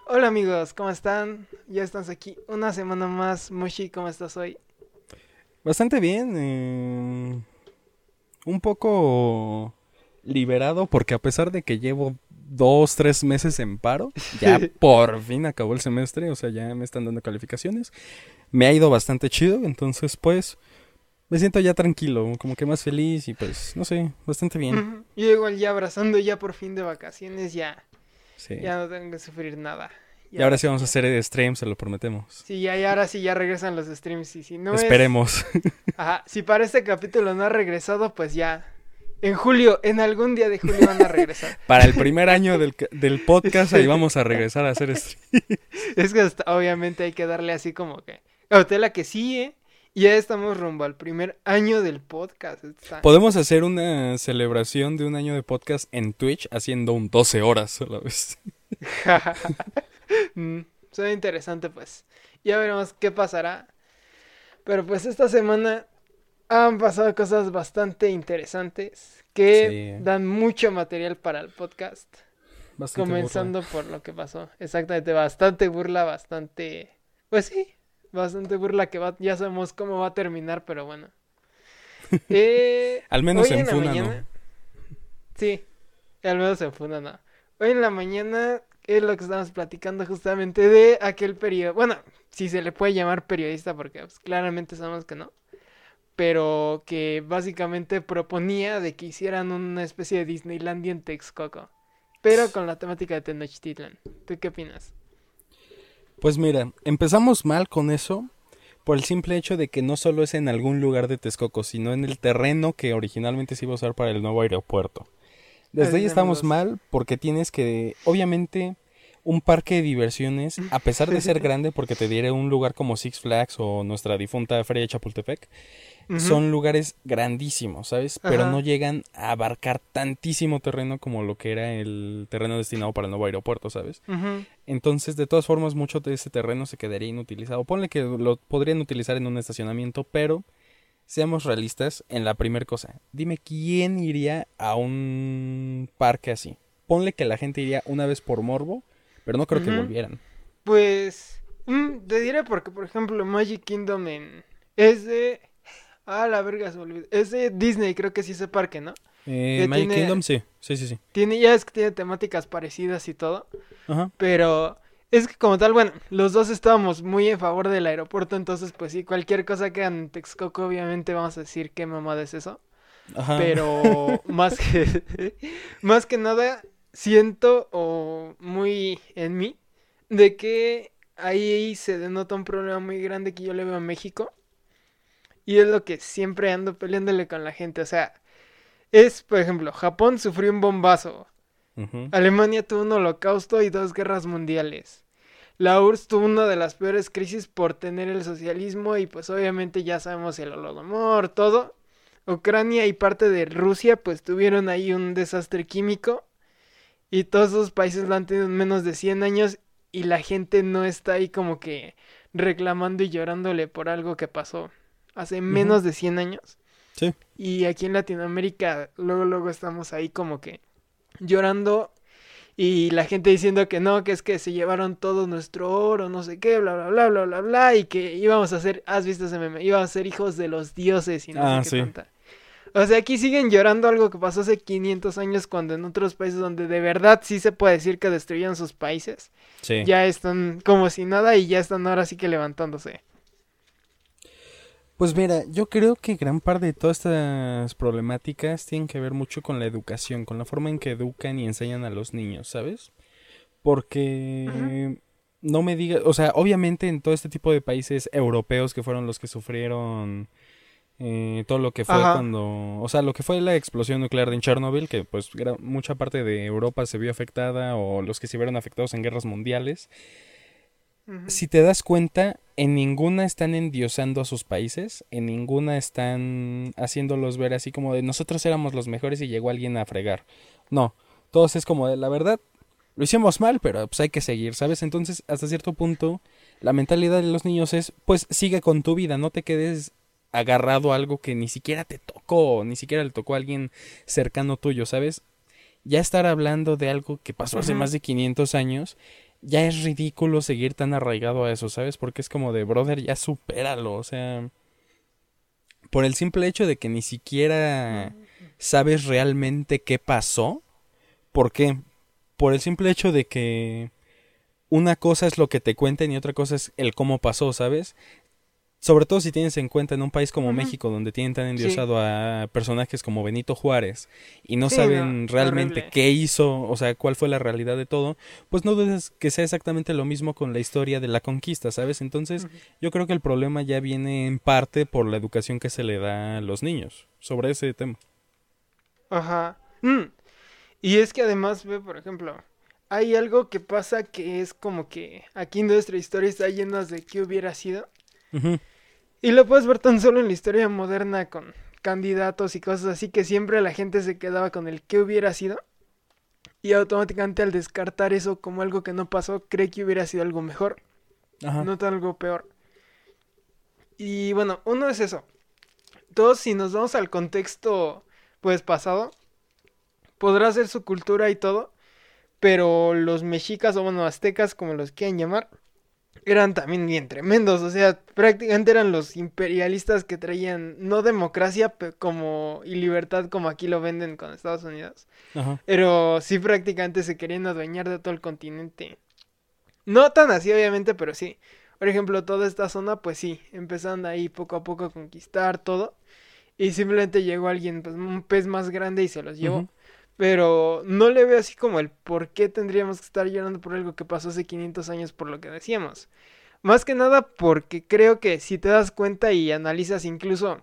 Hola amigos, ¿cómo están? Ya estamos aquí una semana más. Moshi, ¿cómo estás hoy? Bastante bien, un poco liberado porque a pesar de que llevo 2, 3 meses en paro, ya por fin acabó el semestre, o sea, ya me están dando calificaciones. Me ha ido bastante chido, entonces pues me siento ya tranquilo, como que más feliz y pues no sé, bastante bien. Yo igual ya abrazando ya por fin de vacaciones, Sí. ya no tengo que sufrir nada. Y Y ahora ahora sí sí vamos a ya. hacer stream, se lo prometemos. Sí, ya, y ahora sí ya regresan los streams. Y si no es. Esperemos. Ajá, si para este capítulo no ha regresado, pues ya. En julio, en algún día de julio van a regresar. Para el primer año del podcast ahí Sí. vamos a regresar a hacer stream. Es que obviamente hay que darle así como que cautela que sí, ¿eh? Y ya estamos rumbo al primer año del podcast. Podemos hacer una celebración de un año de podcast en Twitch haciendo un 12 horas a la vez. Mm, Suena interesante, pues. Ya veremos qué pasará. Pero pues esta semana han pasado cosas bastante interesantes que Sí, dan mucho material para el podcast. bastante burla. Comenzando por lo que pasó. Exactamente, bastante burla, bastante. Pues sí, bastante burla que ya sabemos cómo va a terminar, pero bueno. Al menos Hoy en en la Funa no. mañana, sí, al menos en Funda no. Hoy en la mañana es lo que estábamos platicando justamente de aquel periodo. Bueno, si se le puede llamar periodista, porque pues, claramente sabemos que no. Pero que básicamente proponía de que hicieran una especie de Disneylandia en Texcoco. Pero con la temática de Tenochtitlan. ¿Tú qué opinas? Pues mira, empezamos mal con eso por el simple hecho de que no solo es en algún lugar de Texcoco, sino en el terreno que originalmente se iba a usar para el nuevo aeropuerto. Desde Así ahí son estamos los. mal porque tienes que, obviamente, un parque de diversiones, a pesar de ser grande, porque te diré un lugar como Six Flags o nuestra difunta Feria de Chapultepec, Ujú, son lugares grandísimos, ¿sabes? Pero no ajá. llegan a abarcar tantísimo terreno como lo que era el terreno destinado para el nuevo aeropuerto, ¿sabes? Ujú, Entonces, de todas formas, mucho de ese terreno se quedaría inutilizado. Ponle que lo podrían utilizar en un estacionamiento, pero seamos realistas en la primera cosa. Dime quién iría a un parque así. Ponle que la gente iría una vez por morbo, pero no creo que ujú. volvieran. Pues. Te diré porque, por ejemplo, Magic Kingdom es de. Ah, la verga se me olvidó. Es de Disney, creo que sí ese parque, ¿no? Que Magic tiene. Kingdom, sí. Sí, sí, sí. Ya es que tiene temáticas parecidas y todo. Ajá. Pero es que como tal, bueno, los dos estábamos muy en favor del aeropuerto, entonces pues sí, cualquier cosa que hagan en Texcoco, obviamente vamos a decir qué mamada es eso. Ajá. Pero más que, más que nada, siento o muy en mí de que ahí se denota un problema muy grande que yo le veo a México. Y es lo que siempre ando peleándole con la gente. O sea, por ejemplo, Japón sufrió un bombazo. Ujú. Alemania tuvo un holocausto y dos guerras mundiales. La URSS tuvo una de las peores crisis por tener el socialismo y pues obviamente ya sabemos el holodomor, todo. Ucrania y parte de Rusia pues tuvieron ahí un desastre químico y todos esos países lo han tenido en menos de 100 años y la gente no está ahí como que reclamando y llorándole por algo que pasó hace Ujú. menos de 100 años. Sí. Y aquí en Latinoamérica luego estamos ahí como que llorando y la gente diciendo que no, que es que se llevaron todo nuestro oro, no sé qué, bla, bla, bla, bla, bla, bla, y que íbamos a ser, has visto ese meme, íbamos a ser hijos de los dioses y no sé Ah, qué sí. tanta. O sea, aquí siguen llorando algo que pasó hace 500 años cuando en otros países donde de verdad sí se puede decir que destruyeron sus países, Sí. ya están como si nada y ya están ahora sí que levantándose. Pues mira, yo creo que gran parte de todas estas problemáticas tienen que ver mucho con la educación, con la forma en que educan y enseñan a los niños, ¿sabes? Ujú. Porque no me digas, o sea, obviamente en todo este tipo de países europeos que fueron los que sufrieron todo lo que fue Ajá. cuando, o sea, lo que fue la explosión nuclear en Chernobyl, que pues mucha parte de Europa se vio afectada o los que se vieron afectados en guerras mundiales. Ujú. Si te das cuenta, en ninguna están endiosando a sus países, en ninguna están haciéndolos ver así como de nosotros éramos los mejores y llegó alguien a fregar. No, todos es como de la verdad, lo hicimos mal, pero pues hay que seguir, ¿sabes? Entonces, hasta cierto punto, la mentalidad de los niños es, pues sigue con tu vida, no te quedes agarrado a algo que ni siquiera te tocó, ni siquiera le tocó a alguien cercano tuyo, ¿sabes? Ya estar hablando de algo que pasó hace Ujú. más de 500 años ya es ridículo seguir tan arraigado a eso, ¿sabes? Porque es como de, brother, ya supéralo, o sea, por el simple hecho de que ni siquiera sabes realmente qué pasó. ¿Por qué? Por el simple hecho de que una cosa es lo que te cuentan y otra cosa es el cómo pasó, ¿sabes? Sobre todo si tienes en cuenta en un país como Ujú. México, donde tienen tan Sí, endiosado a personajes como Benito Juárez y no sí, no, saben realmente horrible. qué hizo, o sea, cuál fue la realidad de todo, pues no dudes que sea exactamente lo mismo con la historia de la conquista, ¿sabes? Entonces, Ujú. yo creo que el problema ya viene en parte por la educación que se le da a los niños sobre ese tema. Ajá. Y es que además, ve, por ejemplo, hay algo que pasa que es como que aquí nuestra historia está llena de qué hubiera sido. Ujú, Y lo puedes ver tan solo en la historia moderna con candidatos y cosas así que siempre la gente se quedaba con el qué hubiera sido. Y automáticamente al descartar eso como algo que no pasó, cree que hubiera sido algo mejor, ajá, no tan algo peor. Y bueno, uno es eso. Dos, si nos vamos al contexto pues pasado, podrá ser su cultura y todo, pero los mexicas o bueno, aztecas como los quieran llamar, eran también bien tremendos, o sea, prácticamente eran los imperialistas que traían no democracia como y libertad como aquí lo venden con Estados Unidos, ajá. pero sí prácticamente se querían adueñar de todo el continente. No tan así obviamente, pero sí. Por ejemplo, toda esta zona, pues sí, empezaron ahí poco a poco a conquistar todo. Y simplemente llegó alguien, pues un pez más grande y se los Ujú, llevó. Pero no le veo así como el por qué tendríamos que estar llorando por algo que pasó hace 500 años por lo que decíamos. Más que nada porque creo que si te das cuenta y analizas incluso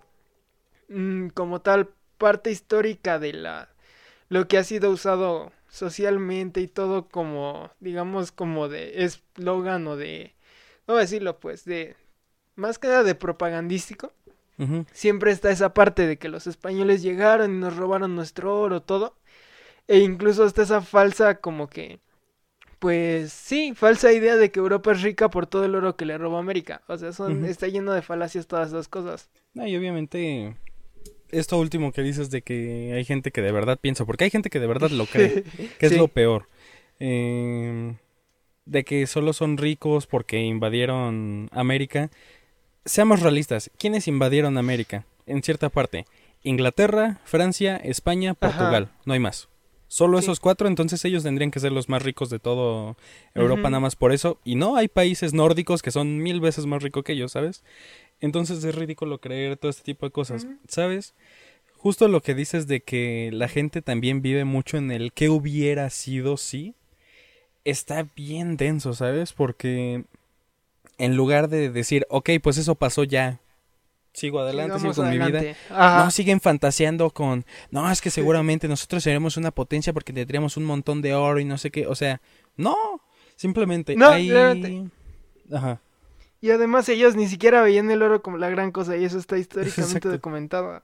como tal parte histórica de lo que ha sido usado socialmente y todo como digamos como de eslogan o de ¿cómo decirlo? Pues de más que nada de propagandístico. ujú. Siempre está esa parte de que los españoles llegaron y nos robaron nuestro oro, todo. E incluso está esa falsa como que, pues sí, falsa idea de que Europa es rica por todo el oro que le robó América. O sea, Ujú. está lleno de falacias todas esas cosas. No, y obviamente esto último que dices de que hay gente que de verdad piensa, porque hay gente que de verdad lo cree, que es lo Sí, peor. Eh, de que solo son ricos porque invadieron América. Seamos realistas, ¿quiénes invadieron América? En cierta parte, Inglaterra, Francia, España, ajá, Portugal, no hay más. Solo sí. esos cuatro, entonces ellos tendrían que ser los más ricos de todo Europa nada Ujú, más por eso. Y no, hay países nórdicos que son 1000 veces más ricos que ellos, ¿sabes? Entonces es ridículo creer todo este tipo de cosas, ujú. ¿sabes? Justo lo que dices de que la gente también vive mucho en el qué hubiera sido si, está bien denso, ¿sabes? Porque en lugar de decir, ok, pues eso pasó ya, sigo adelante, sigo Sigamos con mi vida, adelante. no, Ajá. siguen fantaseando con, no, es que seguramente nosotros seremos una potencia porque tendríamos un montón de oro y no sé qué, o sea, no, simplemente No, claramente. hay... Ajá, Y además ellos ni siquiera veían el oro como la gran cosa y eso está es históricamente exacto. documentado.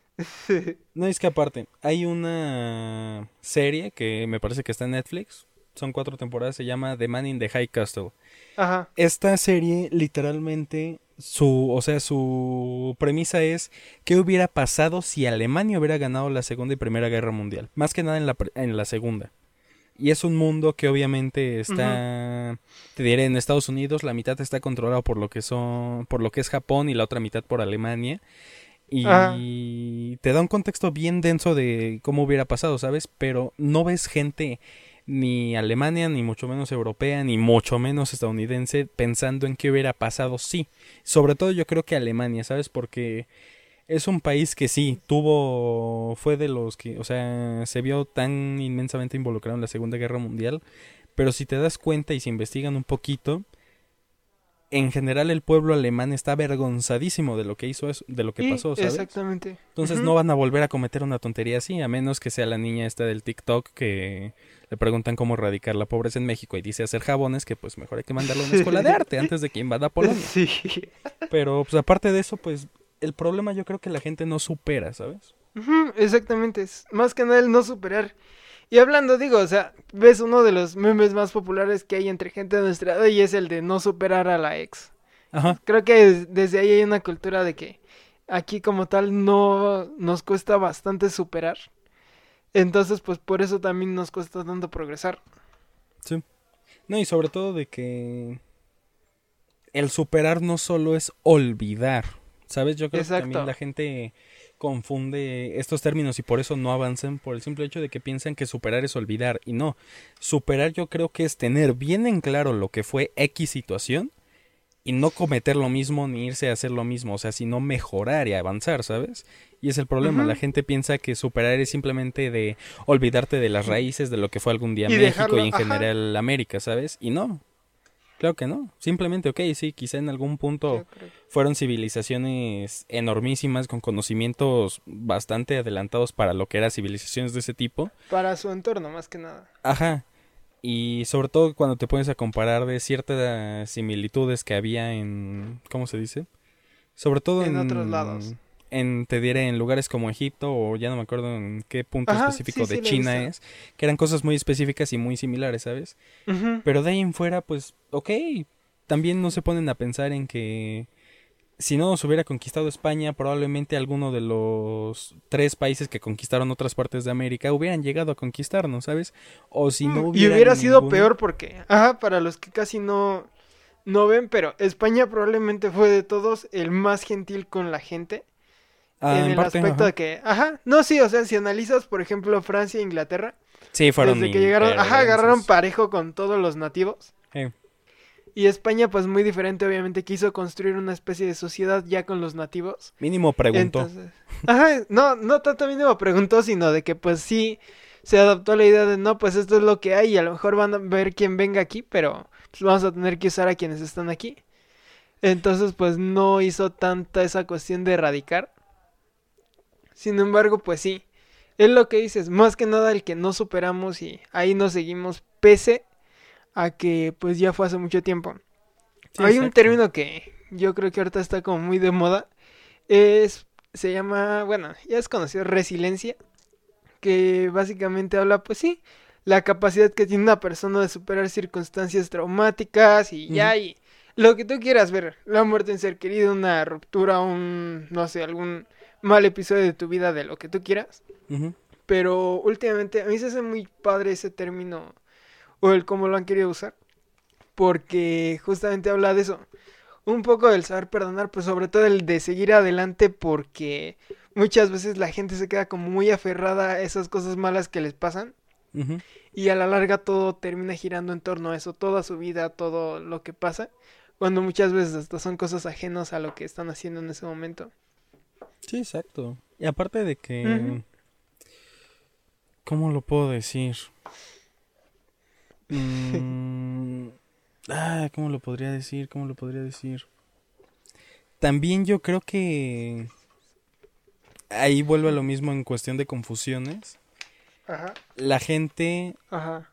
No, es que aparte, hay una serie que me parece que está en Netflix, son 4 temporadas, se llama The Man in the High Castle. Ajá. Esta serie literalmente o sea, su premisa es qué hubiera pasado si Alemania hubiera ganado la Segunda y Primera Guerra Mundial, más que nada en la Segunda. Y es un mundo que obviamente Ujú. está, te diré, en Estados Unidos la mitad está controlado por lo que es Japón y la otra mitad por Alemania. Ajá. Y te da un contexto bien denso de cómo hubiera pasado, ¿sabes? Pero no ves gente ni alemania, ni mucho menos europea, ni mucho menos estadounidense pensando en qué hubiera pasado sí. Sobre todo yo creo que Alemania, ¿sabes? Porque es un país que sí, fue de los que, o sea, se vio tan inmensamente involucrado en la Segunda Guerra Mundial, pero si te das cuenta y si investigan un poquito, en general el pueblo alemán está avergonzadísimo de lo que hizo eso, de lo que Y pasó, ¿sabes? exactamente. Entonces no Ujú. van a volver a cometer una tontería así, a menos que sea la niña esta del TikTok que le preguntan cómo erradicar la pobreza en México y dice hacer jabones, que pues mejor hay que mandarlo a una escuela de arte antes de que invada Polonia. Sí. Pero pues aparte de eso, pues el problema yo creo que la gente no supera, ¿sabes? Ujú, exactamente. Es más que nada el no superar. Y hablando, digo, o sea, ves uno de los memes más populares que hay entre gente de nuestra edad y es el de no superar a la ex. Ajá, Creo que desde ahí hay una cultura de que aquí como tal no nos cuesta bastante superar. Entonces, pues por eso también nos cuesta tanto progresar. sí. No, y sobre todo de que el superar no solo es olvidar, ¿sabes? Yo creo que también Exacto. la gente confunde estos términos y por eso no avanzan por el simple hecho de que piensan que superar es olvidar y no. Superar yo creo que es tener bien en claro lo que fue X situación y no cometer lo mismo ni irse a hacer lo mismo, o sea, sino mejorar y avanzar, ¿sabes? Y es el problema, la Ujú. gente piensa que superar es simplemente de olvidarte de las raíces de lo que fue algún día Y México y dejarlo, en ajá. general América, ¿sabes? Y no, claro que no, simplemente, ok, sí, quizá en algún punto Yo creo. fueron civilizaciones enormísimas con conocimientos bastante adelantados para lo que eran civilizaciones de ese tipo, Para su entorno, más que nada. ajá, y sobre todo cuando te pones a comparar de ciertas similitudes que había en, ¿cómo se dice? Sobre todo En otros lados. te diré, en lugares como Egipto o ya no me acuerdo en qué punto Ajá, específico sí, de sí, lo he China visto. es, que eran cosas muy específicas y muy similares, ¿sabes? Ujú. Pero de ahí en fuera, pues, ok, también no se ponen a pensar en que si no nos hubiera conquistado España, probablemente alguno de los tres países que conquistaron otras partes de América hubieran llegado a conquistarnos, ¿sabes? O si no Y hubiera hubiera sido ninguno. peor porque, ajá, para los que casi no ven, pero España probablemente fue de todos el más gentil con la gente. Ah, En en el parte, aspecto ajá. de que, ajá, no, sí, o sea, si analizas, por ejemplo, Francia e Inglaterra, Sí, fueron desde que llegaron, ajá, agarraron imperdensos. parejo con todos los nativos. Y España, pues muy diferente, obviamente, quiso construir una especie de sociedad ya con los nativos. Mínimo preguntó. Entonces, ajá, no tanto a mí no me preguntó, sino de que pues sí se adaptó a la idea de no, pues esto es lo que hay y a lo mejor van a ver quién venga aquí, pero pues vamos a tener que usar a quienes están aquí. Entonces, pues no hizo tanta esa cuestión de erradicar. Sin embargo, pues sí, es lo que dices, más que nada el que no superamos y ahí nos seguimos pese a que pues ya fue hace mucho tiempo. Sí, Hay un exacto. término que yo creo que ahorita está como muy de moda, es se llama, bueno, ya es conocido, resiliencia, que básicamente habla, pues sí, la capacidad que tiene una persona de superar circunstancias traumáticas y Ujú, ya, y lo que tú quieras ver, la muerte de un ser querido, una ruptura, un, no sé, algún mal episodio de tu vida, de lo que tú quieras. ujú. Pero últimamente a mí se hace muy padre ese término o el cómo lo han querido usar, porque justamente habla de eso. Un poco del saber perdonar, pues sobre todo el de seguir adelante porque muchas veces la gente se queda como muy aferrada a esas cosas malas que les pasan Ujú. y a la larga todo termina girando en torno a eso, toda su vida, todo lo que pasa, cuando muchas veces hasta son cosas ajenas a lo que están haciendo en ese momento. Sí, exacto. Y aparte de Ujú. que, ¿cómo lo puedo decir? Mm, ¿cómo lo podría decir? ¿Cómo lo podría decir? También yo creo que ahí vuelve a lo mismo en cuestión de confusiones. Ajá, La gente, ajá.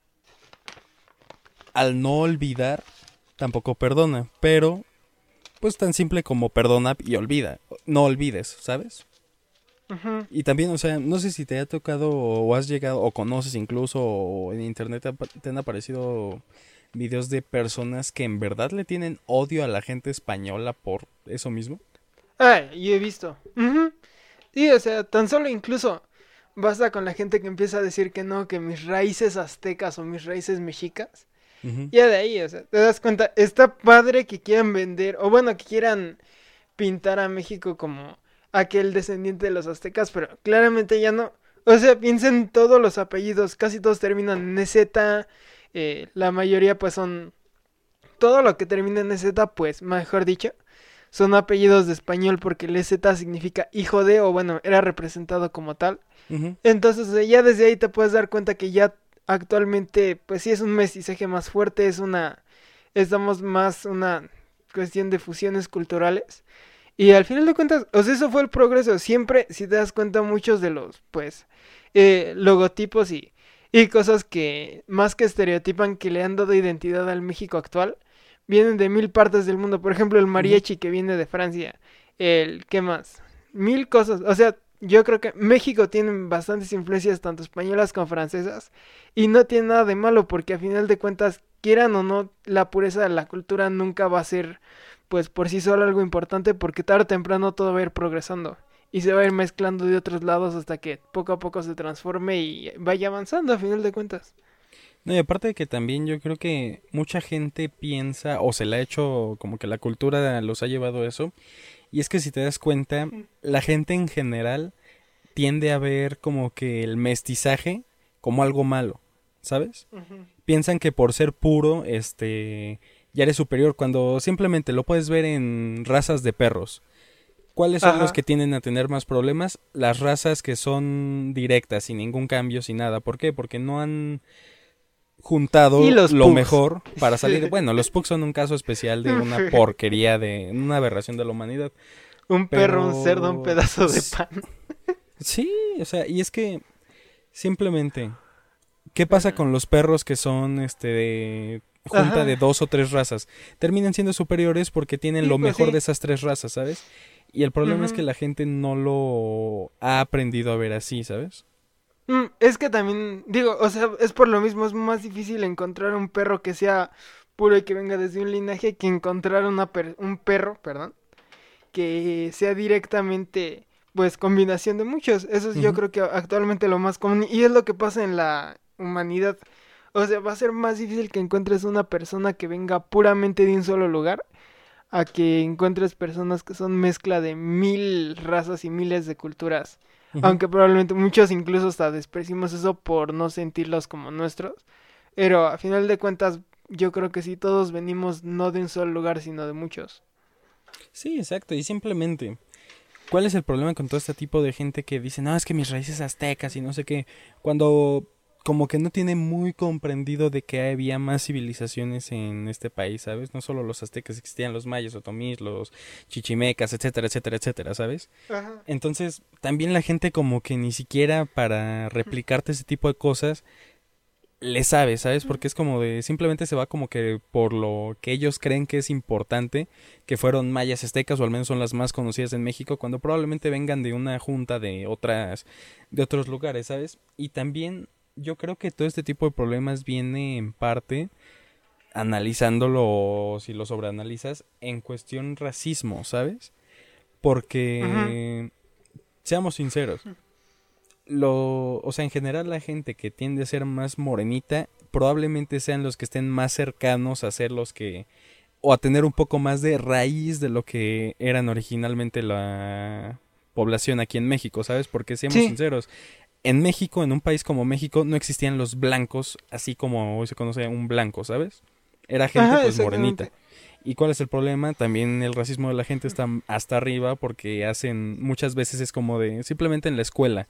al no olvidar, tampoco perdona, pero pues tan simple como perdona y olvida. No olvides, ¿sabes? Ujú. Y también, o sea, no sé si te ha tocado o has llegado o conoces incluso o en internet te han aparecido videos de personas que en verdad le tienen odio a la gente española por eso mismo. Ah, yo he visto. Ujú. Sí, o sea, tan solo incluso basta con la gente que empieza a decir que no, que mis raíces aztecas o mis raíces mexicas. Ujú, Ya de ahí, o sea, te das cuenta, está padre que quieran vender, o bueno, que quieran pintar a México como aquel descendiente de los aztecas, pero claramente ya no. O sea, piensen todos los apellidos, casi todos terminan en Z, la mayoría pues son, todo lo que termina en Z, pues, mejor dicho, son apellidos de español porque el Z significa hijo de, o bueno, era representado como tal. ujú. Entonces, ya desde ahí te puedes dar cuenta que ya actualmente, pues sí es un mestizaje más fuerte, estamos más una cuestión de fusiones culturales. Y al final de cuentas, o sea, eso fue el progreso. Siempre, si te das cuenta, muchos de los, pues, logotipos y cosas que más que estereotipan que le han dado identidad al México actual, vienen de mil partes del mundo. Por ejemplo, el Ujú. mariachi que viene de Francia. ¿Qué más? Mil cosas. O sea, yo creo que México tiene bastantes influencias, tanto españolas como francesas. Y no tiene nada de malo, porque a final de cuentas, quieran o no, la pureza de la cultura nunca va a ser pues por sí solo algo importante porque tarde o temprano todo va a ir progresando y se va a ir mezclando de otros lados hasta que poco a poco se transforme y vaya avanzando a final de cuentas. No, y aparte de que también yo creo que mucha gente piensa, o se le ha hecho como que la cultura los ha llevado a eso, y es que si te das cuenta, la gente en general tiende a ver como que el mestizaje como algo malo, ¿sabes? Ujú. Piensan que por ser puro, ya eres superior, cuando simplemente lo puedes ver en razas de perros. ¿Cuáles son los que Ajá. tienden a tener más problemas? Las razas que son directas, sin ningún cambio, sin nada. ¿Por qué? Porque no han Y juntado los lo pugs. mejor para salir. Bueno, los pugs son un caso especial de una porquería, de una aberración de la humanidad. Un perro, un cerdo, un Pero pedazo de pan. sí, o sea, y es que simplemente, ¿qué pasa Ujú. con los perros que son de junta de Ajá. dos o tres razas? Terminan siendo superiores porque tienen Sí, lo pues mejor de sí. esas tres razas, ¿sabes? Y el problema es que Ujú. la gente no lo ha aprendido a ver así, ¿sabes? Es que también, digo, o sea, es por lo mismo, es más difícil encontrar un perro que sea puro y que venga desde un linaje que encontrar un perro, perdón, que sea directamente, pues, combinación de muchos. Eso es yo Ujú. creo que actualmente lo más común y es lo que pasa en la humanidad. O sea, va a ser más difícil que encuentres una persona que venga puramente de un solo lugar a que encuentres personas que son mezcla de mil razas y miles de culturas. Ujú. Aunque probablemente muchos incluso hasta despreciamos eso por no sentirlos como nuestros. Pero a final de cuentas, yo creo que sí, todos venimos no de un solo lugar, sino de muchos. Sí, exacto, y simplemente, ¿cuál es el problema con todo este tipo de gente que dice, no, es que mis raíces aztecas y no sé qué? Cuando como que no tiene muy comprendido de que había más civilizaciones en este país, ¿sabes? No solo los aztecas, existían los mayas, otomís, los chichimecas, etcétera, etcétera, etcétera, ¿sabes? Ajá. Entonces, también la gente como que ni siquiera para replicarte ese tipo de cosas le sabe, ¿sabes? Porque es como de, simplemente se va como que por lo que ellos creen que es importante, que fueron mayas aztecas o al menos son las más conocidas en México, cuando probablemente vengan de una junta de otros lugares, ¿sabes? Y también yo creo que todo este tipo de problemas viene en parte analizándolo, si lo sobreanalizas, en cuestión racismo, ¿sabes? Ujú. Porque, seamos sinceros, o sea, en general la gente que tiende a ser más morenita probablemente sean los que estén más cercanos a ser los que o a tener un poco más de raíz de lo que eran originalmente la población aquí en México, ¿sabes? Porque seamos Sí. sinceros, en México, en un país como México, no existían los blancos así como hoy se conoce un blanco, ¿sabes? Era gente Ajá, pues morenita. exactamente. ¿Y cuál es el problema? También el racismo de la gente está hasta arriba porque hacen muchas veces es como de simplemente en la escuela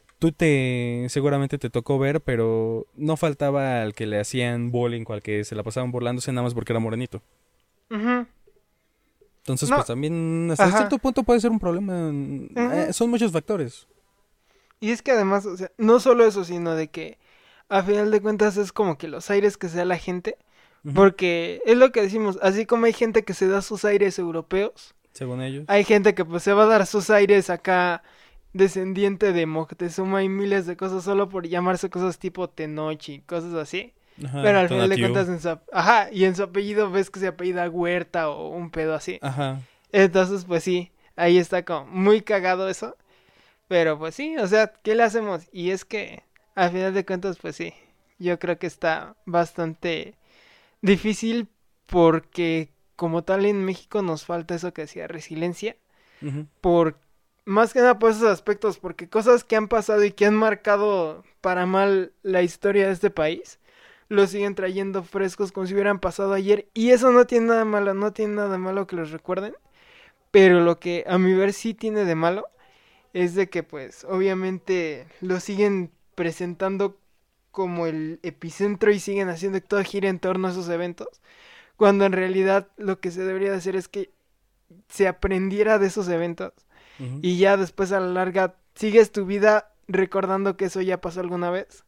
seguramente te tocó ver, pero no faltaba al que le hacían bullying o al que se la pasaban burlándose nada más porque era morenito. Ujú. Entonces, pues No, también hasta cierto ajá. punto puede ser un problema. Ujú. Son muchos factores. Y es que además, o sea, no solo eso, sino de que a final de cuentas es como que los aires que se da la gente. Ujú. Porque es lo que decimos, así como hay gente que se da sus aires europeos, Según ellos. hay gente que pues se va a dar sus aires acá descendiente de Moctezuma y miles de cosas solo por llamarse cosas tipo Tenochi, cosas así. Pero Ajá, al final de Tonatiuh. cuentas ajá, y en su apellido ves que se apellida Huerta o un pedo así. Ajá. Entonces pues sí, ahí está como muy cagado eso. Pero pues sí, o sea, ¿qué le hacemos? Y es que al final de cuentas pues sí, yo creo que está bastante difícil porque como tal en México nos falta eso que decía resiliencia, Ujú. por más que nada por esos aspectos, porque cosas que han pasado y que han marcado para mal la historia de este país, lo siguen trayendo frescos como si hubieran pasado ayer y eso no tiene nada malo, no tiene nada de malo que los recuerden, pero lo que a mi ver sí tiene de malo es de que pues obviamente lo siguen presentando como el epicentro y siguen haciendo que todo gire en torno a esos eventos cuando en realidad lo que se debería de hacer es que se aprendiera de esos eventos Ujú. y ya después a la larga sigues tu vida recordando que eso ya pasó alguna vez,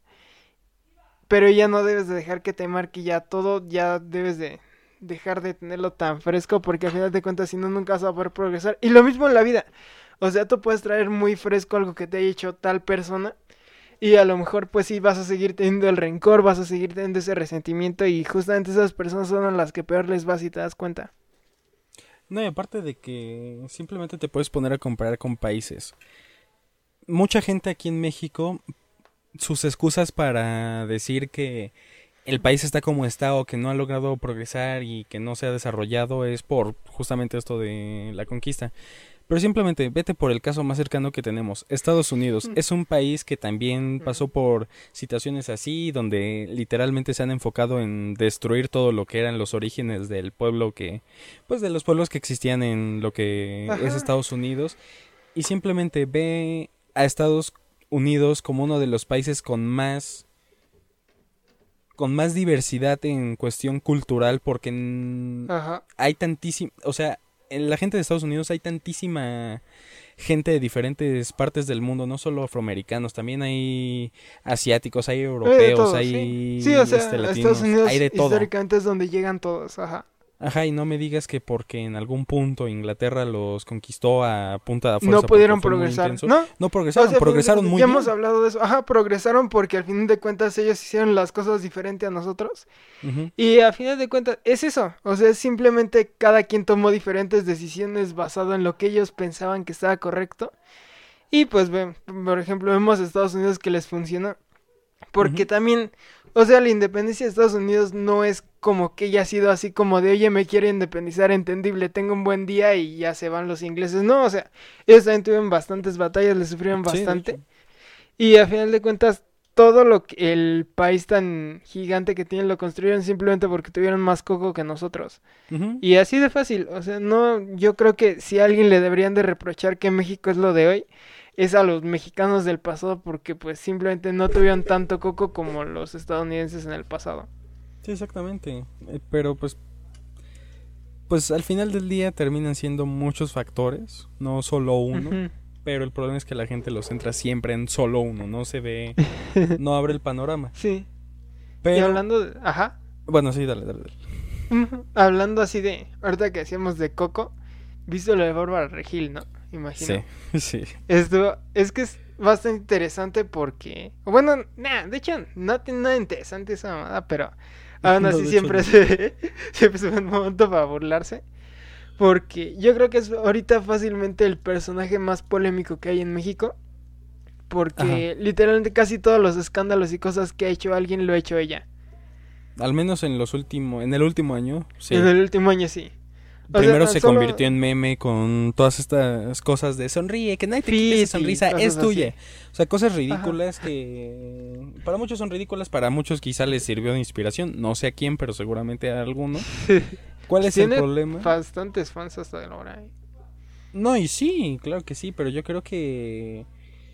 pero ya no debes de dejar que te marque ya todo, ya debes de dejar de tenerlo tan fresco porque al final de cuentas si no nunca vas a poder progresar. Y lo mismo en la vida. O sea, tú puedes traer muy fresco algo que te haya hecho tal persona y a lo mejor pues sí vas a seguir teniendo el rencor, vas a seguir teniendo ese resentimiento y justamente esas personas son a las que peor les va si te das cuenta. No, y aparte de que simplemente te puedes poner a comparar con países. Mucha gente aquí en México, sus excusas para decir el país está como está o que no ha logrado progresar y que no se ha desarrollado es por justamente esto de la conquista. Pero simplemente vete por el caso más cercano que tenemos. Estados Unidos es un país que también pasó por situaciones así, donde literalmente se han enfocado en destruir todo lo que eran los orígenes del pueblo que, pues de los pueblos que existían en lo que es Ajá. Estados Unidos. Y simplemente ve a Estados Unidos como uno de los países con más diversidad en cuestión cultural, porque Ajá. hay tantísima, o sea, en la gente de Estados Unidos hay tantísima gente de diferentes partes del mundo, no solo afroamericanos, también hay asiáticos, hay De europeos, todo, sí. Sí, o hay sea, Estados latinos, hay Unidos de todo. históricamente es donde llegan todos, ajá. Ajá, y no me digas que porque en algún punto Inglaterra los conquistó a punta de No fuerza porque pudieron fue muy progresar, intenso. ¿no? No O progresaron, sea, a fin de progresaron cuentas, muy ya hemos bien. hablado de eso. Ajá, progresaron porque al fin de cuentas ellos hicieron las cosas diferente a nosotros. Ujú, Y a fin de cuentas es eso. O sea, es simplemente cada quien tomó diferentes decisiones basado en lo que ellos pensaban que estaba correcto. Y pues, por ejemplo, vemos a Estados Unidos que les funcionó. Porque ujú. también, o sea, la independencia de Estados Unidos no es como que haya sido así como de, oye, me quiero independizar, entendible, tengo un buen día y ya se van los ingleses. No, o sea, ellos también tuvieron bastantes batallas, le sufrieron Sí, de hecho. bastante. Y a final de cuentas, todo lo que el país tan gigante que tienen lo construyeron simplemente porque tuvieron más coco que nosotros. Ujú. Y así de fácil, o sea, no, yo creo que si a alguien le deberían de reprochar que México es lo de hoy, es a los mexicanos del pasado porque pues simplemente no tuvieron tanto coco como los estadounidenses en el pasado. Sí, exactamente. Pero pues al final del día terminan siendo muchos factores, no solo uno. Ujú. Pero el problema es que la gente lo centra siempre en solo uno, no se ve, no abre el panorama. Sí, y Pero, hablando de, ajá, bueno, sí, dale, dale, dale. hablando así de, ahorita que hacíamos de coco, viste lo de Bárbara Regil, ¿no? Sí, Imagino. sí. Esto es que es bastante interesante porque, bueno, nada, de hecho no tiene nada interesante esa mamada, pero aún No, así de hecho siempre no. siempre se ve un momento para burlarse, porque yo creo que es ahorita fácilmente el personaje más polémico que hay en México, Ajá. porque literalmente casi todos los escándalos y cosas que ha hecho alguien lo ha hecho ella. Al menos en el último año, En sí. el último año sí. O sea, Primero tan se solo convirtió en meme con todas estas cosas de sonríe, que nadie te quite esa fit y sonrisa, cosas es así. tuya. O sea, cosas Ajá. ridículas que para muchos son ridículas, para muchos quizá les sirvió de inspiración, no sé a quién, pero seguramente a alguno. ¿Cuál Pues es el tiene problema? bastantes fans hasta de ahora. No, y sí, claro que sí, pero yo creo que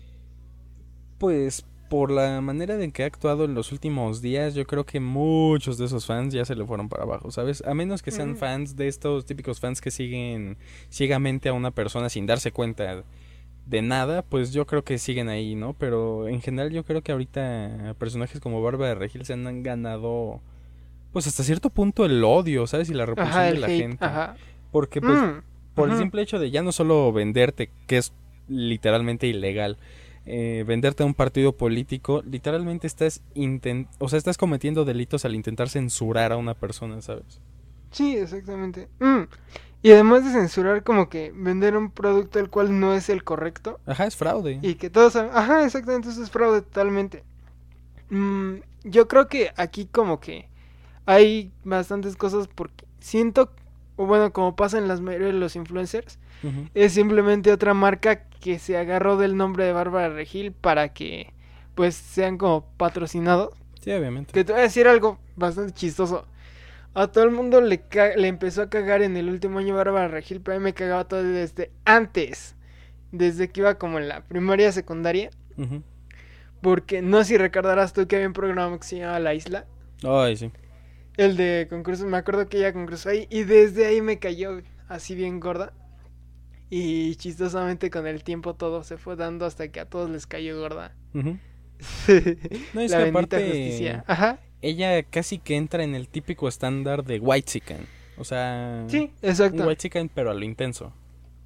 pues por la manera en que ha actuado en los últimos días, yo creo que muchos de esos fans ya se le fueron para abajo, ¿sabes? A menos que sean Mm. fans de estos típicos fans que siguen ciegamente a una persona sin darse cuenta de nada, pues yo creo que siguen ahí, ¿no? Pero en general yo creo que ahorita personajes como Bárbara de Regil se han ganado, pues hasta cierto punto el odio, ¿sabes? Y la repulsión Ajá, de el la hate, gente. ajá. Porque pues Mm, por el ujú. simple hecho de ya no solo venderte, que es literalmente ilegal, venderte a un partido político, literalmente o sea, estás cometiendo delitos al intentar censurar a una persona, ¿sabes? Sí, exactamente. Y además de censurar como que vender un producto el cual no es el correcto Ajá, es fraude. y que todos saben, ajá, exactamente, eso es fraude totalmente. Yo creo que aquí como que hay bastantes cosas porque siento, o bueno, como pasa en las mayoría de los influencers, Ujú. es simplemente otra marca que se agarró del nombre de Bárbara Regil para que pues sean como patrocinados. Sí, obviamente. Que te voy a decir algo bastante chistoso. A todo el mundo le empezó a cagar en el último año Bárbara Regil, pero a mí me cagaba todo desde antes. Desde que iba como en la primaria, secundaria. Ujú. Porque no sé si recordarás tú que había un programa que se llamaba La Isla. Ay, sí. El de concursos, me acuerdo que ella concursó ahí. Y desde ahí me cayó así bien gorda. Y chistosamente con el tiempo todo se fue dando hasta que a todos les cayó gorda. Ujú. No, es La que bendita aparte justicia. Ajá. ella casi que entra en el típico estándar de whitezican. O sea, Sí, un exacto. whitezican pero a lo intenso.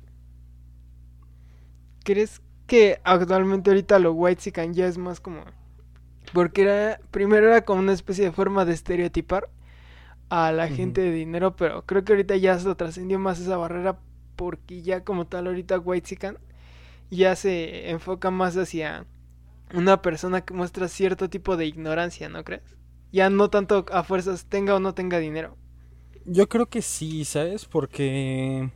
¿Crees que actualmente ahorita lo whitezican ya es más como... Porque primero era como una especie de forma de estereotipar a la Ujú. gente de dinero, pero creo que ahorita ya se trascendió más esa barrera porque ya como tal ahorita whitezican ya se enfoca más hacia una persona que muestra cierto tipo de ignorancia, ¿no crees? Ya no tanto a fuerzas tenga o no tenga dinero. Yo creo que sí, ¿sabes? Porque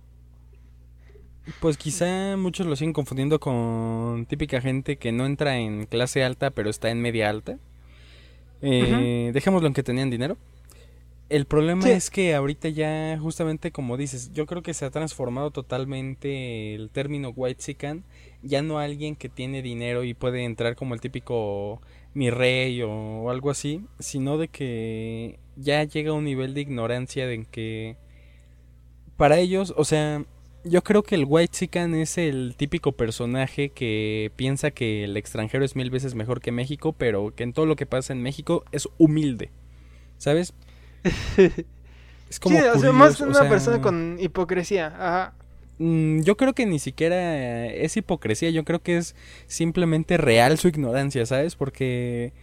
pues quizá muchos lo siguen confundiendo con típica gente que no entra en clase alta pero está en media alta. Ujú. Dejémoslo en que tenían dinero. El problema Sí. es que ahorita ya, justamente como dices, yo creo que se ha transformado totalmente el término whitexican, ya no alguien que tiene dinero y puede entrar como el típico mi rey o algo así, sino de que ya llega a un nivel de ignorancia de que para ellos, o sea, yo creo que el whitexican es el típico personaje que piensa que el extranjero es 1000 veces mejor que México, pero que en todo lo que pasa en México es humilde, ¿sabes? Es Sí, como o sea, más curioso, o una persona sea, con hipocresía. Ajá. yo creo que ni siquiera es hipocresía, yo creo que es simplemente real su ignorancia, ¿sabes? Porque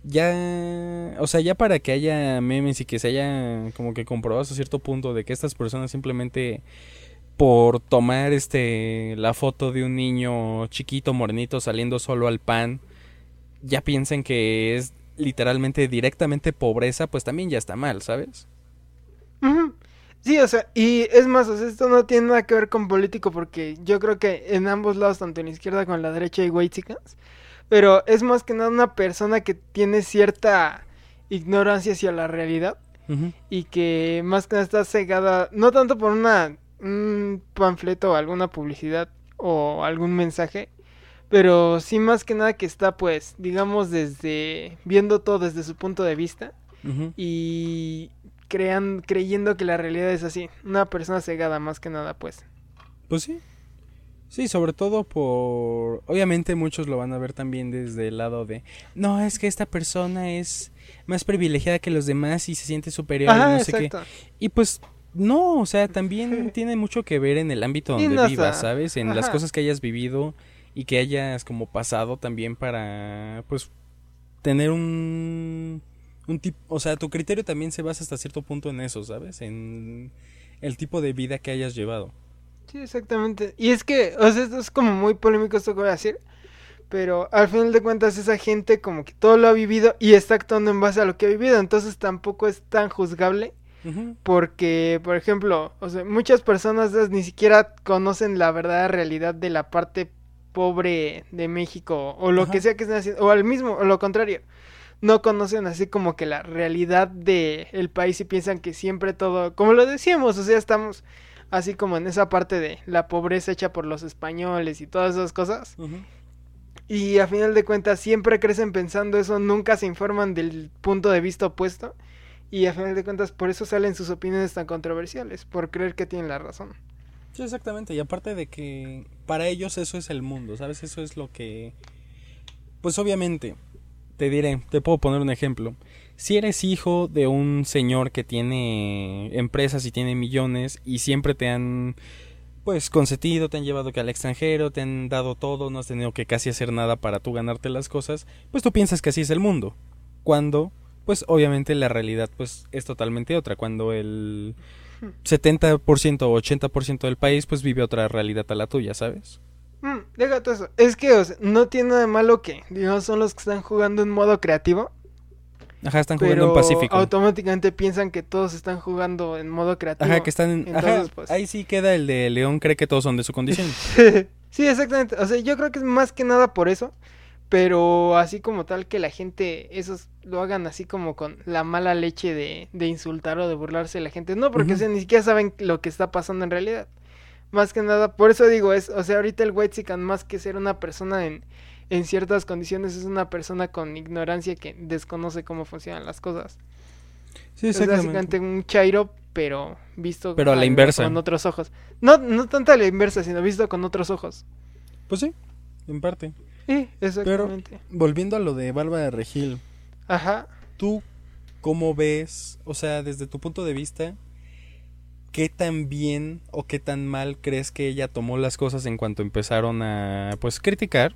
ya, o sea, ya para que haya memes y que se haya como que comprobado hasta cierto punto de que estas personas simplemente por tomar la foto de un niño chiquito morenito saliendo solo al pan, ya piensen que es literalmente directamente pobreza, pues también ya está mal, ¿sabes? Ujú. Sí, o sea, y es más, o sea, esto no tiene nada que ver con político porque yo creo que en ambos lados, tanto en la izquierda como en la derecha, hay whitexicans. Pero es más que nada una persona que tiene cierta ignorancia hacia la realidad Ujú. y que más que nada está cegada, no tanto por un panfleto o alguna publicidad o algún mensaje, pero sí más que nada que está pues, digamos, desde viendo todo desde su punto de vista Ujú. y creyendo que la realidad es así. Una persona cegada más que nada, pues. Pues sí. Sí, sobre todo por... Obviamente muchos lo van a ver también desde el lado de... No, es que esta persona es más privilegiada que los demás y se siente superior y no Ajá, sé qué. exacto. Y pues no, o sea, también tiene mucho que ver en el ámbito Y donde no vivas, está. ¿sabes? En las Ajá. cosas que hayas vivido y que hayas como pasado también para, pues, tener un tipo... O sea, tu criterio también se basa hasta cierto punto en eso, ¿sabes? En el tipo de vida que hayas llevado. Sí, exactamente. Y es que, o sea, esto es como muy polémico esto que voy a decir. Pero al final de cuentas esa gente como que todo lo ha vivido y está actuando en base a lo que ha vivido. Entonces tampoco es tan juzgable. Ujú. Porque, por ejemplo, o sea, muchas personas ni siquiera conocen la verdadera realidad de la parte pobre de México o lo que Ajá. sea que estén haciendo, o al mismo, o lo contrario, no conocen así como que la realidad de el país y piensan que siempre todo, como lo decíamos, o sea, estamos así como en esa parte de la pobreza hecha por los españoles y todas esas cosas. Ujú. Y a final de cuentas siempre crecen pensando eso, nunca se informan del punto de vista opuesto. Y a final de cuentas por eso salen sus opiniones tan controversiales, por creer que tienen la razón. Sí, exactamente. Y aparte de que para ellos eso es el mundo, ¿sabes? Eso es lo que... Pues obviamente, te diré, te puedo poner un ejemplo. Si eres hijo de un señor que tiene empresas y tiene millones y siempre te han, pues, consentido, te han llevado que al extranjero, te han dado todo, no has tenido que casi hacer nada para tú ganarte las cosas, pues tú piensas que así es el mundo. Cuando, pues obviamente la realidad pues es totalmente otra. Cuando el 70% o 80% del país pues vive otra realidad a la tuya, ¿sabes? Deja todo eso. Es que o sea, no tiene nada de malo que, digamos, son los que están jugando en modo creativo, Ajá, están jugando en pero Pacífico. automáticamente piensan que todos están jugando en modo Ajá, que creativo. están en... Ajá, Entonces, pues... ahí sí queda el de León cree que todos son de su condición. sí, exactamente. O sea, yo creo que es más que nada por eso. Pero así como tal que la gente, esos lo hagan así como con la mala leche de insultar o de burlarse de la gente. No, porque o Ujú. sea, ni siquiera saben lo que está pasando en realidad. Más que nada, por eso digo, o sea, ahorita el Whitezican más que ser una persona en ciertas condiciones, es una persona con ignorancia que desconoce cómo funcionan las cosas. Sí, Es exactamente. básicamente un chairo, pero visto Pero a la inversa. con otros ojos. No, no tanto a la inversa, sino visto con otros ojos. Pues sí, en parte. Sí, Pero exactamente. volviendo a lo de Bárbara Regil, Ajá. ¿tú cómo ves, o sea, desde tu punto de vista, qué tan bien o qué tan mal crees que ella tomó las cosas en cuanto empezaron a, pues, criticar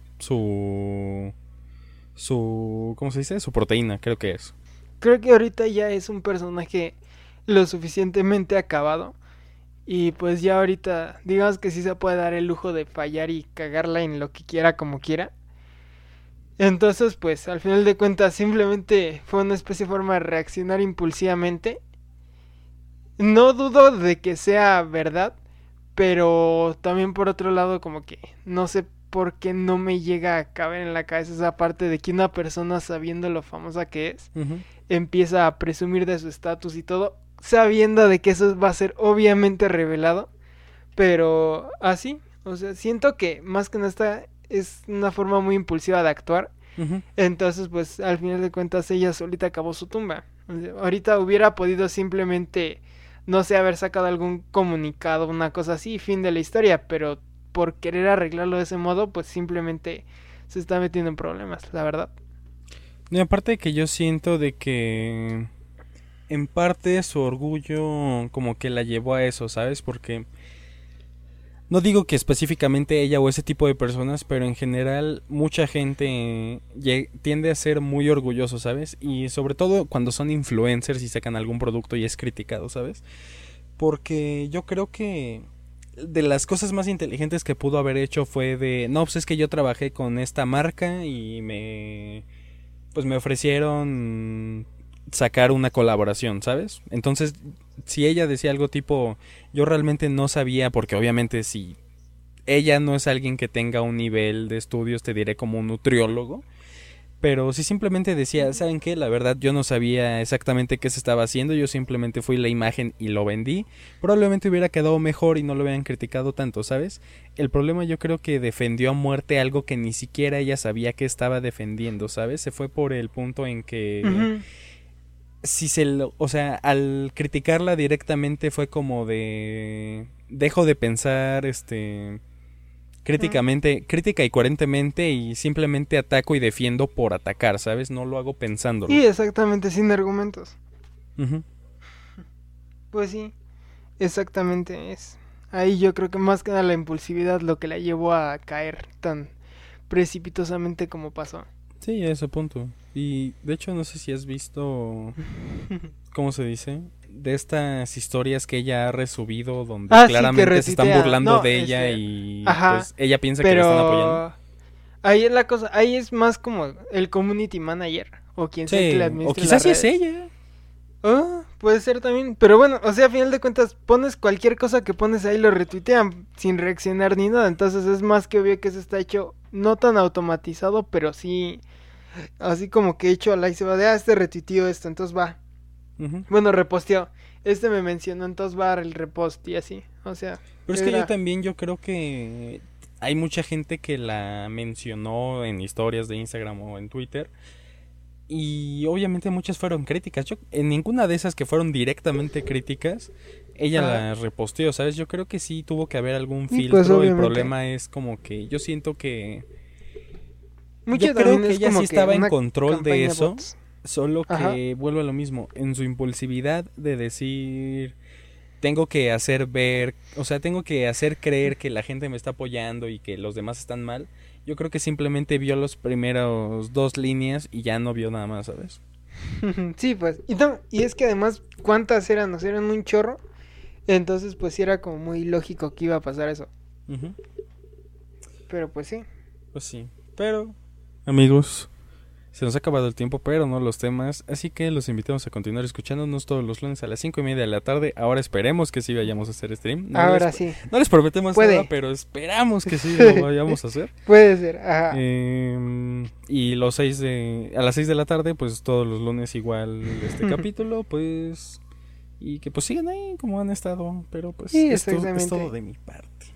¿cómo se dice? Su proteína, creo que es. Creo que ahorita ya es un personaje lo suficientemente acabado. Y pues ya ahorita, digamos que sí se puede dar el lujo de fallar y cagarla en lo que quiera como quiera. Entonces, pues, al final de cuentas, simplemente fue una especie de forma de reaccionar impulsivamente. No dudo de que sea verdad, pero también por otro lado, como que no sé por qué no me llega a caber en la cabeza esa parte de que una persona, sabiendo lo famosa que es, Ujú. empieza a presumir de su estatus y todo, sabiendo de que eso va a ser obviamente revelado, pero así, o sea, siento que más que nada esta es una forma muy impulsiva de actuar. Ujú. Entonces, pues al final de cuentas ella solita acabó su tumba. O sea, ahorita hubiera podido simplemente, no sé, haber sacado algún comunicado, una cosa así, fin de la historia, pero por querer arreglarlo de ese modo, pues simplemente se está metiendo en problemas, la verdad. Y aparte de que yo siento de que en parte su orgullo como que la llevó a eso, ¿sabes? Porque no digo que específicamente ella o ese tipo de personas, pero en general mucha gente tiende a ser muy orgulloso, ¿sabes? Y sobre todo cuando son influencers y sacan algún producto y es criticado, ¿sabes? Porque yo creo que de las cosas más inteligentes que pudo haber hecho fue de, no, pues es que yo trabajé con esta marca y pues me ofrecieron sacar una colaboración, ¿sabes? Entonces, si ella decía algo tipo, yo realmente no sabía, porque obviamente si ella no es alguien que tenga un nivel de estudios, te diré como un nutriólogo, pero si simplemente decía, ¿saben qué? La verdad yo no sabía exactamente qué se estaba haciendo, yo simplemente fui la imagen y lo vendí, probablemente hubiera quedado mejor y no lo hubieran criticado tanto, ¿sabes? El problema yo creo que defendió a muerte algo que ni siquiera ella sabía que estaba defendiendo, ¿sabes? Se fue por el punto en que Ujú. si se lo, o sea, al criticarla directamente fue como de dejo de pensar Mm. crítica y coherentemente y simplemente ataco y defiendo por atacar, ¿sabes? No lo hago pensándolo. Y exactamente, sin argumentos. Ujú. Pues sí, exactamente es. Ahí yo creo que más que nada la impulsividad lo que la llevó a caer tan precipitosamente como pasó. Sí, a ese punto. Y de hecho no sé si has visto, ¿cómo se dice? De estas historias que ella ha resubido donde Ah, sí, que claramente se están retuitea. burlando No, de ella y ajá, pues ella piensa que la están apoyando. pero ahí es la cosa, ahí es más como el community manager o quien sea que le Sí, o administre quizás las sí es redes. ella. Ah, puede ser también, pero bueno, o sea, a final de cuentas pones cualquier cosa que pones ahí lo retuitean sin reaccionar ni nada, entonces es más que obvio que eso está hecho no tan automatizado, pero sí así como que hecho a la y se va de, este retuiteó esto, entonces va. Ujú. Bueno, reposteó. Este me mencionó, entonces va el repost y así. O sea, Pero es que yo era. también, yo creo que hay mucha gente que la mencionó en historias de Instagram o en Twitter. Y obviamente muchas fueron críticas. Yo, en ninguna de esas que fueron directamente críticas, ella Ajá. las reposteó, ¿sabes? Yo creo que sí tuvo que haber algún Y pues filtro. El obviamente. problema es como que yo siento que... Yo Mucho creo también que es ella sí como que estaba en una control de campaña eso. bots. Solo Ajá. que vuelvo a lo mismo. En su impulsividad de decir tengo que hacer ver, o sea, tengo que hacer creer que la gente me está apoyando y que los demás están mal. Yo creo que simplemente vio los primeros dos líneas y ya no vio nada más, ¿sabes? Sí, pues. Y es que además, ¿cuántas eran? O sea, eran un chorro. Entonces, pues sí era como muy lógico que iba a pasar eso. Ujú. Pero pues sí. Pues sí. Pero, amigos, se nos ha acabado el tiempo, pero no los temas. Así que los invitamos a continuar escuchándonos todos los lunes a las 5:30 de la tarde. Ahora esperemos que sí vayamos a hacer stream. Ahora sí. No les prometemos nada, Puede. pero esperamos que sí lo vayamos a hacer. Puede ser. Ajá. Y a las 6 de la tarde, pues todos los lunes igual este capítulo, pues... Y que pues sigan ahí como han estado. Pero pues Sí, esto es todo exactamente. de mi parte.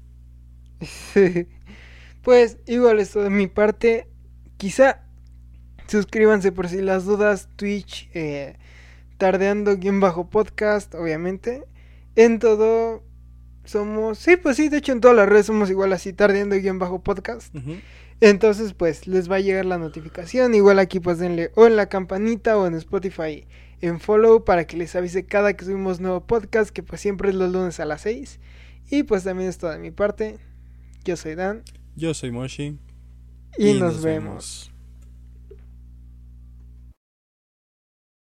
Pues igual esto de mi parte. Quizá suscríbanse por si las dudas. Twitch, tardeando-podcast, obviamente. En todo somos... Sí, pues sí, de hecho en todas las redes somos igual así, tardeando-podcast. Ujú. Entonces pues les va a llegar la notificación. Igual aquí pues denle o en la campanita o en Spotify en follow para que les avise cada que subimos nuevo podcast, que pues siempre es los lunes a las 6. Y pues también es todo de mi parte. Yo soy Dan Yo soy Moshi y y nos nos vemos. vemos.